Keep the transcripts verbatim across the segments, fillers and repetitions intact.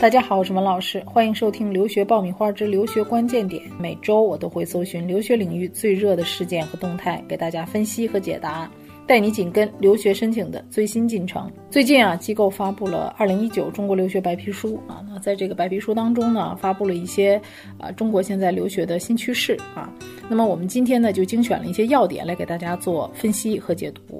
大家好，我是文老师，欢迎收听留学爆米花之留学关键点。每周我都会搜寻留学领域最热的事件和动态，给大家分析和解答，带你紧跟留学申请的最新进程。最近啊，机构发布了二零一九中国留学白皮书啊，那在这个白皮书当中呢，发布了一些啊中国现在留学的新趋势啊。那么我们今天呢，就精选了一些要点来给大家做分析和解读。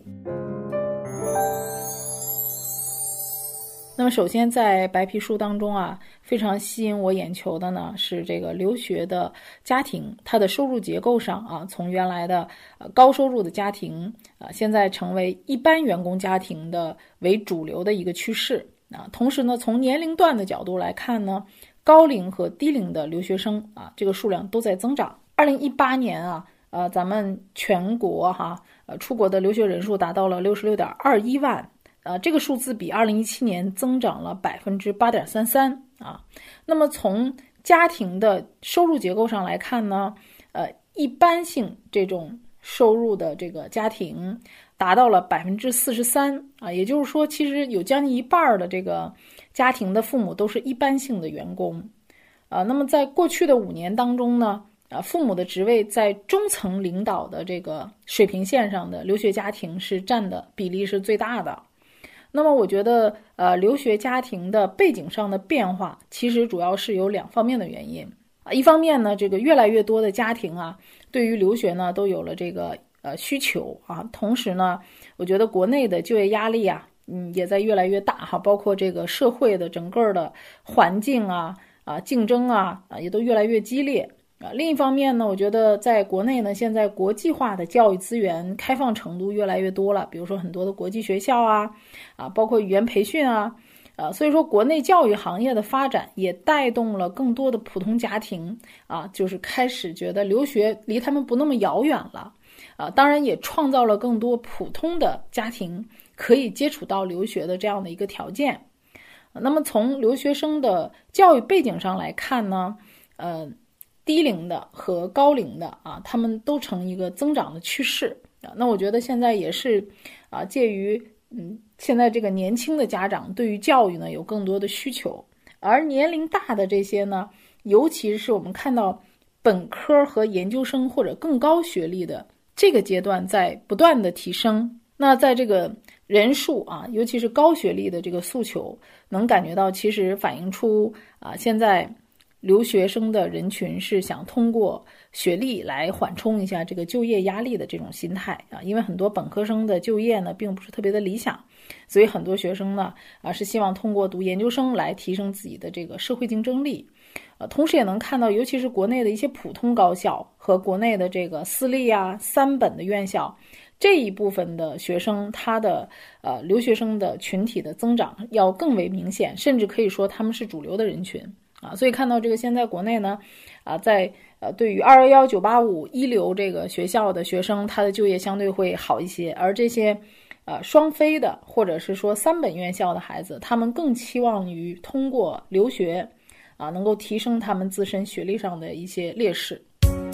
那么首先在白皮书当中啊，非常吸引我眼球的呢是这个留学的家庭，它的收入结构上啊，从原来的呃高收入的家庭啊，现在成为一般员工家庭的为主流的一个趋势啊。同时呢，从年龄段的角度来看呢，高龄和低龄的留学生啊，这个数量都在增长。二零一八年啊，呃，咱们全国哈呃出国的留学人数达到了六十六点二一万。呃，这个数字比二零一七年增长了百分之八点三三啊。那么从家庭的收入结构上来看呢，呃，一般性这种收入的这个家庭达到了百分之四十三啊，也就是说，其实有将近一半的这个家庭的父母都是一般性的员工啊。那么在过去的五年当中呢，啊，父母的职位在中层领导的这个水平线上的留学家庭是占的比例是最大的。那么我觉得呃，留学家庭的背景上的变化其实主要是有两方面的原因啊。一方面呢，这个越来越多的家庭啊，对于留学呢都有了这个呃需求啊。同时呢，我觉得国内的就业压力啊，嗯，也在越来越大哈，包括这个社会的整个的环境啊啊竞争啊啊也都越来越激烈。啊，另一方面呢，我觉得在国内呢，现在国际化的教育资源开放程度越来越多了，比如说很多的国际学校啊，啊，包括语言培训啊，啊，所以说国内教育行业的发展也带动了更多的普通家庭啊，就是开始觉得留学离他们不那么遥远了，啊，当然也创造了更多普通的家庭可以接触到留学的这样的一个条件。那么从留学生的教育背景上来看呢，呃。低龄的和高龄的啊，他们都呈一个增长的趋势啊。那我觉得现在也是啊，介于嗯，现在这个年轻的家长对于教育呢有更多的需求，而年龄大的这些呢，尤其是我们看到本科和研究生或者更高学历的这个阶段在不断的提升。那在这个人数啊，尤其是高学历的这个诉求，能感觉到其实反映出啊，现在留学生的人群是想通过学历来缓冲一下这个就业压力的这种心态啊，因为很多本科生的就业呢并不是特别的理想，所以很多学生呢啊是希望通过读研究生来提升自己的这个社会竞争力。呃，同时也能看到，尤其是国内的一些普通高校和国内的这个私立啊、三本的院校，这一部分的学生，他的呃留学生的群体的增长要更为明显，甚至可以说他们是主流的人群。啊，所以看到这个现在国内呢，啊，在呃对于二一一九八五一流这个学校的学生，他的就业相对会好一些，而这些呃双非的或者是说三本院校的孩子，他们更期望于通过留学啊，能够提升他们自身学历上的一些劣势。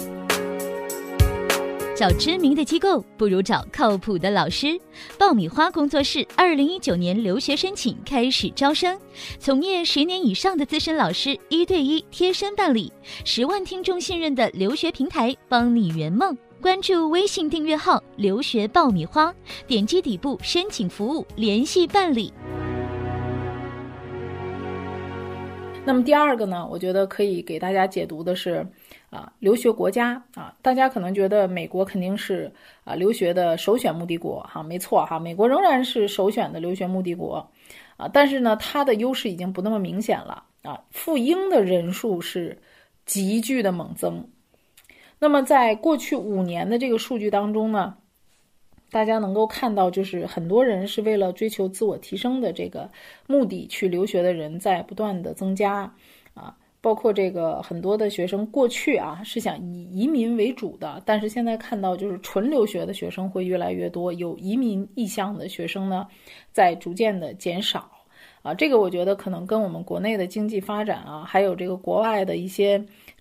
找知名的机构不如找靠谱的老师。爆米花工作室二零一九年留学申请开始招生，从业十年以上的资深老师一对一贴身办理，十万听众信任的留学平台，帮你圆梦。关注微信订阅号留学爆米花，点击底部申请服务联系办理。 那么第二个呢，我觉得可以给大家解读的是啊，留学国家啊，大家可能觉得美国肯定是啊留学的首选目的国哈，没错哈，美国仍然是首选的留学目的国啊，但是呢，它的优势已经不那么明显了啊，赴英的人数是急剧的猛增。那么在过去五年的这个数据当中呢，大家能够看到，就是很多人是为了追求自我提升的这个目的去留学的人在不断的增加啊，包括这个很多的学生过去啊是想以移民为主的，但是现在看到就是纯留学的学生会越来越多，有移民意向的学生呢在逐渐的减少啊，这个我觉得可能跟我们国内的经济发展啊，还有这个国外的一些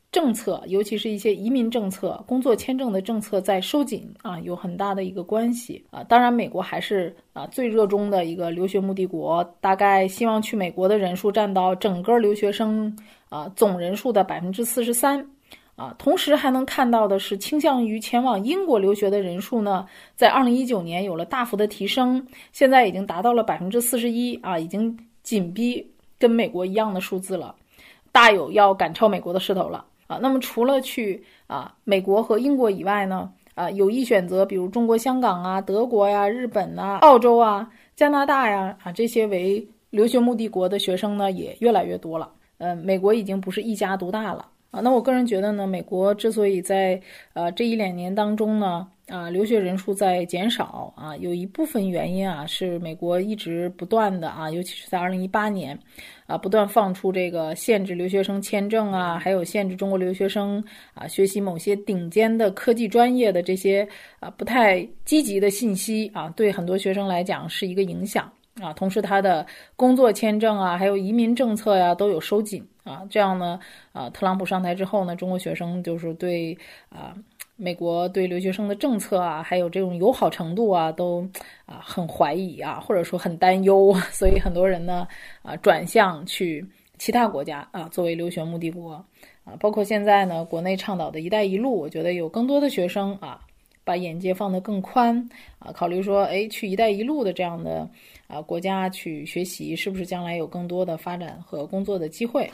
政策，尤其是一些移民政策、工作签证的政策在收紧啊，有很大的一个关系啊。当然，美国还是啊最热衷的一个留学目的国，大概希望去美国的人数占到整个留学生啊总人数的百分之四十三啊。同时还能看到的是，倾向于前往英国留学的人数呢，在二零一九年有了大幅的提升，现在已经达到了百分之四十一啊，已经紧逼跟美国一样的数字了，大有要赶超美国的势头了。啊，那么除了去啊美国和英国以外呢，啊有意选择比如中国香港啊、德国呀、日本啊、澳洲啊、加拿大呀啊这些为留学目的国的学生呢也越来越多了。呃，美国已经不是一家独大了啊。那我个人觉得呢，美国之所以在呃这一两年当中呢啊留学人数在减少啊，有一部分原因啊是美国一直不断的啊，尤其是在二零一八年。啊，不断放出这个限制留学生签证啊，还有限制中国留学生啊学习某些顶尖的科技专业的这些啊不太积极的信息啊，对很多学生来讲是一个影响啊。同时，他的工作签证啊，还有移民政策呀、啊、都有收紧啊。这样呢，啊，特朗普上台之后呢，中国学生就是对啊。美国对留学生的政策啊，还有这种友好程度啊，都啊很怀疑啊，或者说很担忧，所以很多人呢啊转向去其他国家啊作为留学目的国啊，包括现在呢国内倡导的一带一路，我觉得有更多的学生啊把眼界放得更宽啊，考虑说哎去一带一路的这样的啊国家去学习，是不是将来有更多的发展和工作的机会。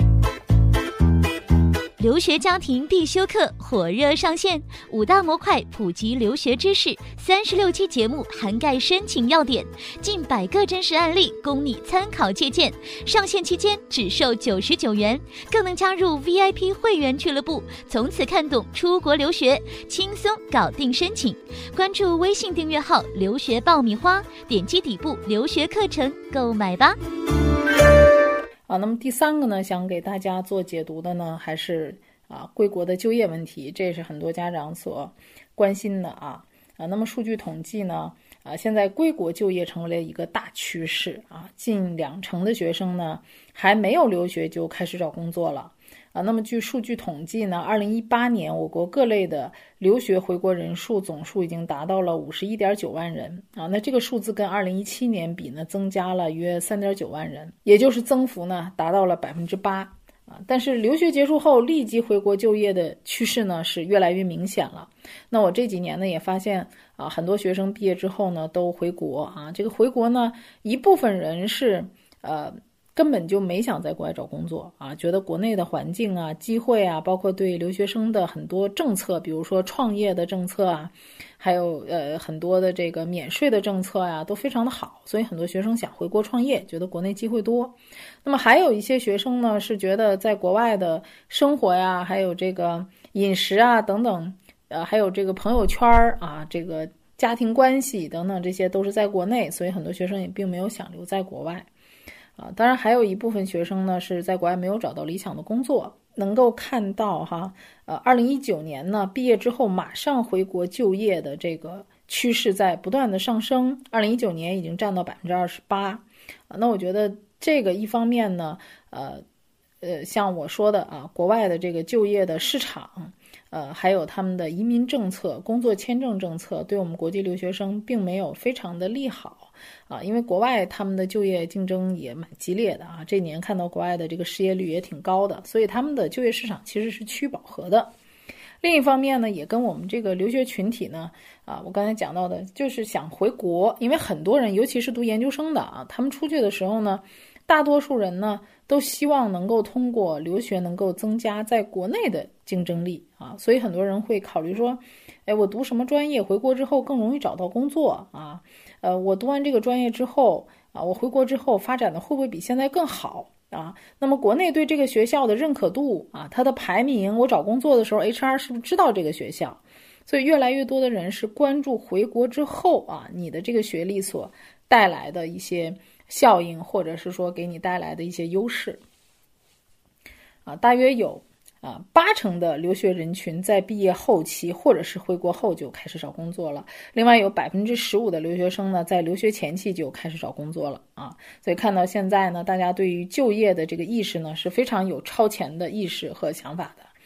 留学家庭必修课火热上线，五大模块普及留学知识，三十六期节目涵盖申请要点，近百个真实案例供你参考借鉴。上线期间只售九十九元，更能加入 V I P 会员俱乐部，从此看懂出国留学，轻松搞定申请。关注微信订阅号留学爆米花，点击底部留学课程购买吧。 啊，那么第三个呢，想给大家做解读的呢，还是啊归国的就业问题，这也是很多家长所关心的啊啊。那么数据统计呢，啊现在归国就业成为了一个大趋势啊，近两成的学生呢还没有留学就开始找工作了。啊，那么据数据统计呢，二零一八年我国各类的留学回国人数总数已经达到了五十一点九万人啊，那这个数字跟二零一七年比呢，增加了约三点九万人，也就是增幅呢达到了百分之八啊。但是留学结束后立即回国就业的趋势呢是越来越明显了。那我这几年呢也发现啊，很多学生毕业之后呢都回国啊，这个回国呢一部分人是呃。根本就没想在国外找工作啊，觉得国内的环境啊、机会啊，包括对留学生的很多政策，比如说创业的政策啊，还有呃很多的这个免税的政策啊，都非常的好，所以很多学生想回国创业，觉得国内机会多。那么还有一些学生呢，是觉得在国外的生活呀，还有这个饮食啊等等，呃，还有这个朋友圈啊，这个家庭关系等等，这些都是在国内，所以很多学生也并没有想留在国外。啊，当然还有一部分学生呢是在国外没有找到理想的工作，能够看到哈，呃，二零一九年呢毕业之后马上回国就业的这个趋势在不断的上升，二零一九年已经占到百分之二十八，啊，那我觉得这个一方面呢，呃呃，像我说的啊，国外的这个就业的市场。呃，还有他们的移民政策、工作签证政策，对我们国际留学生并没有非常的利好啊，因为国外他们的就业竞争也蛮激烈的啊，这年看到国外的这个失业率也挺高的，所以他们的就业市场其实是趋饱和的。另一方面呢，也跟我们这个留学群体呢，啊，我刚才讲到的，就是想回国，因为很多人，尤其是读研究生的啊，他们出去的时候呢，大多数人呢都希望能够通过留学能够增加在国内的竞争力啊，所以很多人会考虑说，哎，我读什么专业回国之后更容易找到工作啊？呃，我读完这个专业之后啊，我回国之后发展的会不会比现在更好啊？那么国内对这个学校的认可度啊，它的排名，我找工作的时候 H R 是不是知道这个学校？所以越来越多的人是关注回国之后啊，你的这个学历所带来的一些效应，或者是说给你带来的一些优势啊，大约有啊八成的留学人群在毕业后期或者是回国后就开始找工作了，另外有百分之十五的留学生呢在留学前期就开始找工作了啊，所以看到现在呢，大家对于就业的这个意识呢是非常有超前的意识和想法的。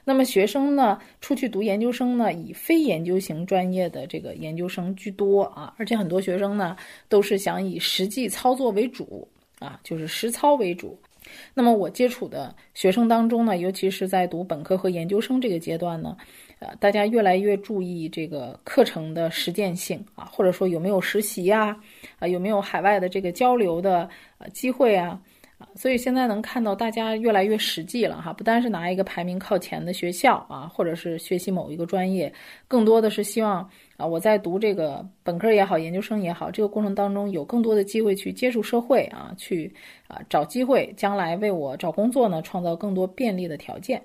那么学生呢，出去读研究生呢，以非研究型专业的这个研究生居多啊，而且很多学生呢，都是想以实际操作为主啊，就是实操为主。那么我接触的学生当中呢，尤其是在读本科和研究生这个阶段呢，呃，大家越来越注意这个课程的实践性啊，或者说有没有实习啊，啊有没有海外的这个交流的呃机会啊。啊，所以现在能看到大家越来越实际了哈，不单是拿一个排名靠前的学校啊，或者是学习某一个专业，更多的是希望啊，我在读这个本科也好，研究生也好，这个过程当中有更多的机会去接触社会啊，去啊找机会，将来为我找工作呢创造更多便利的条件。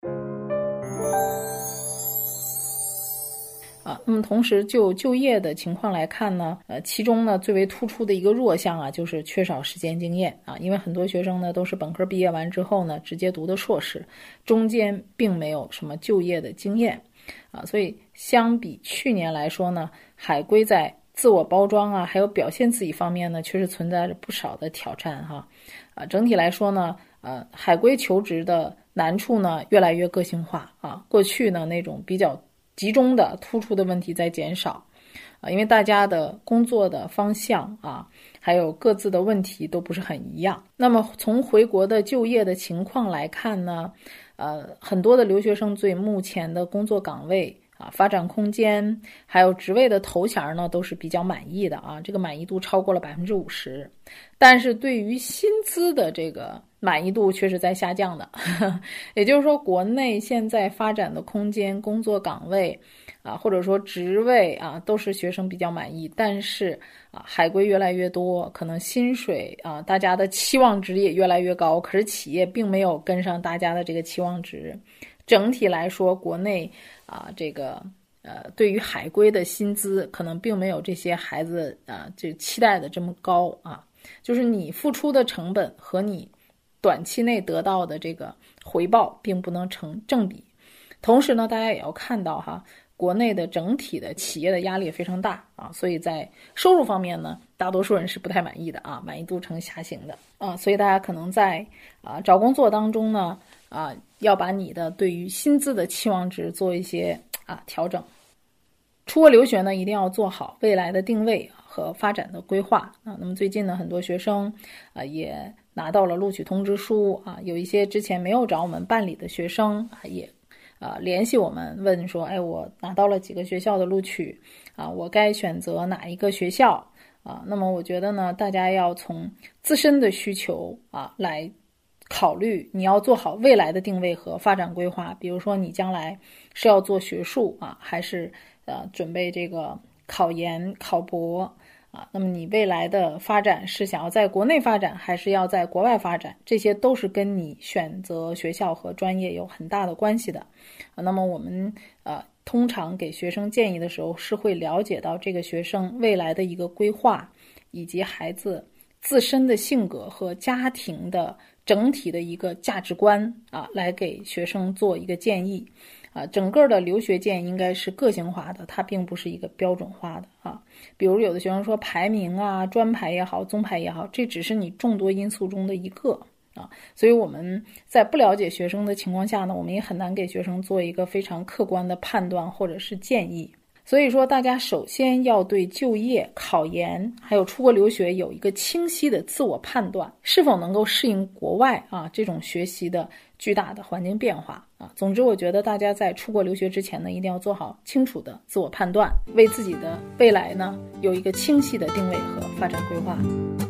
啊，那么同时就就业的情况来看呢，呃，其中呢最为突出的一个弱项啊，就是缺少实践经验啊，因为很多学生呢都是本科毕业完之后呢，直接读的硕士，中间并没有什么就业的经验啊，所以相比去年来说呢，海归在自我包装啊，还有表现自己方面呢，确实存在着不少的挑战哈。啊，整体来说呢，呃，海归求职的难处呢越来越个性化啊，过去呢那种比较集中的突出的问题在减少啊，因为大家的工作的方向啊，还有各自的问题都不是很一样。那么从回国的就业的情况来看呢，呃，很多的留学生对目前的工作岗位啊、发展空间，还有职位的头衔呢，都是比较满意的啊，这个满意度超过了百分之五十。但是对于薪资的这个满意度却是在下降的，也就是说，国内现在发展的空间、工作岗位啊，或者说职位啊，都是学生比较满意，但是啊，海归越来越多，可能薪水啊，大家的期望值也越来越高，可是企业并没有跟上大家的这个期望值。整体来说，国内啊，这个呃，对于海归的薪资可能并没有这些孩子啊，这期待的这么高啊。就是你付出的成本和你短期内得到的这个回报并不能成正比。同时呢，大家也要看到哈，国内的整体的企业的压力也非常大啊，所以在收入方面呢，大多数人是不太满意的啊，满意度呈下行的啊，所以大家可能在啊找工作当中呢啊，要把你的对于薪资的期望值做一些啊调整。出国留学呢，一定要做好未来的定位和发展的规划啊。那么最近呢，很多学生啊也拿到了录取通知书啊，有一些之前没有找我们办理的学生啊也啊联系我们问说，哎，我拿到了几个学校的录取啊，我该选择哪一个学校啊？那么我觉得呢，大家要从自身的需求啊来考虑，你要做好未来的定位和发展规划。比如说你将来是要做学术啊，还是呃准备这个考研考博啊？那么你未来的发展是想要在国内发展，还是要在国外发展？这些都是跟你选择学校和专业有很大的关系的。啊、那么我们呃通常给学生建议的时候，是会了解到这个学生未来的一个规划，以及孩子自身的性格和家庭的整体的一个价值观啊，来给学生做一个建议啊。整个的留学建议应该是个性化的，它并不是一个标准化的啊。比如有的学生说排名啊，专排也好，综排也好，这只是你众多因素中的一个啊。所以我们在不了解学生的情况下呢，我们也很难给学生做一个非常客观的判断或者是建议。所以说大家首先要对就业、考研还有出国留学有一个清晰的自我判断，是否能够适应国外啊这种学习的巨大的环境变化啊。总之我觉得大家在出国留学之前呢，一定要做好清楚的自我判断，为自己的未来呢有一个清晰的定位和发展规划。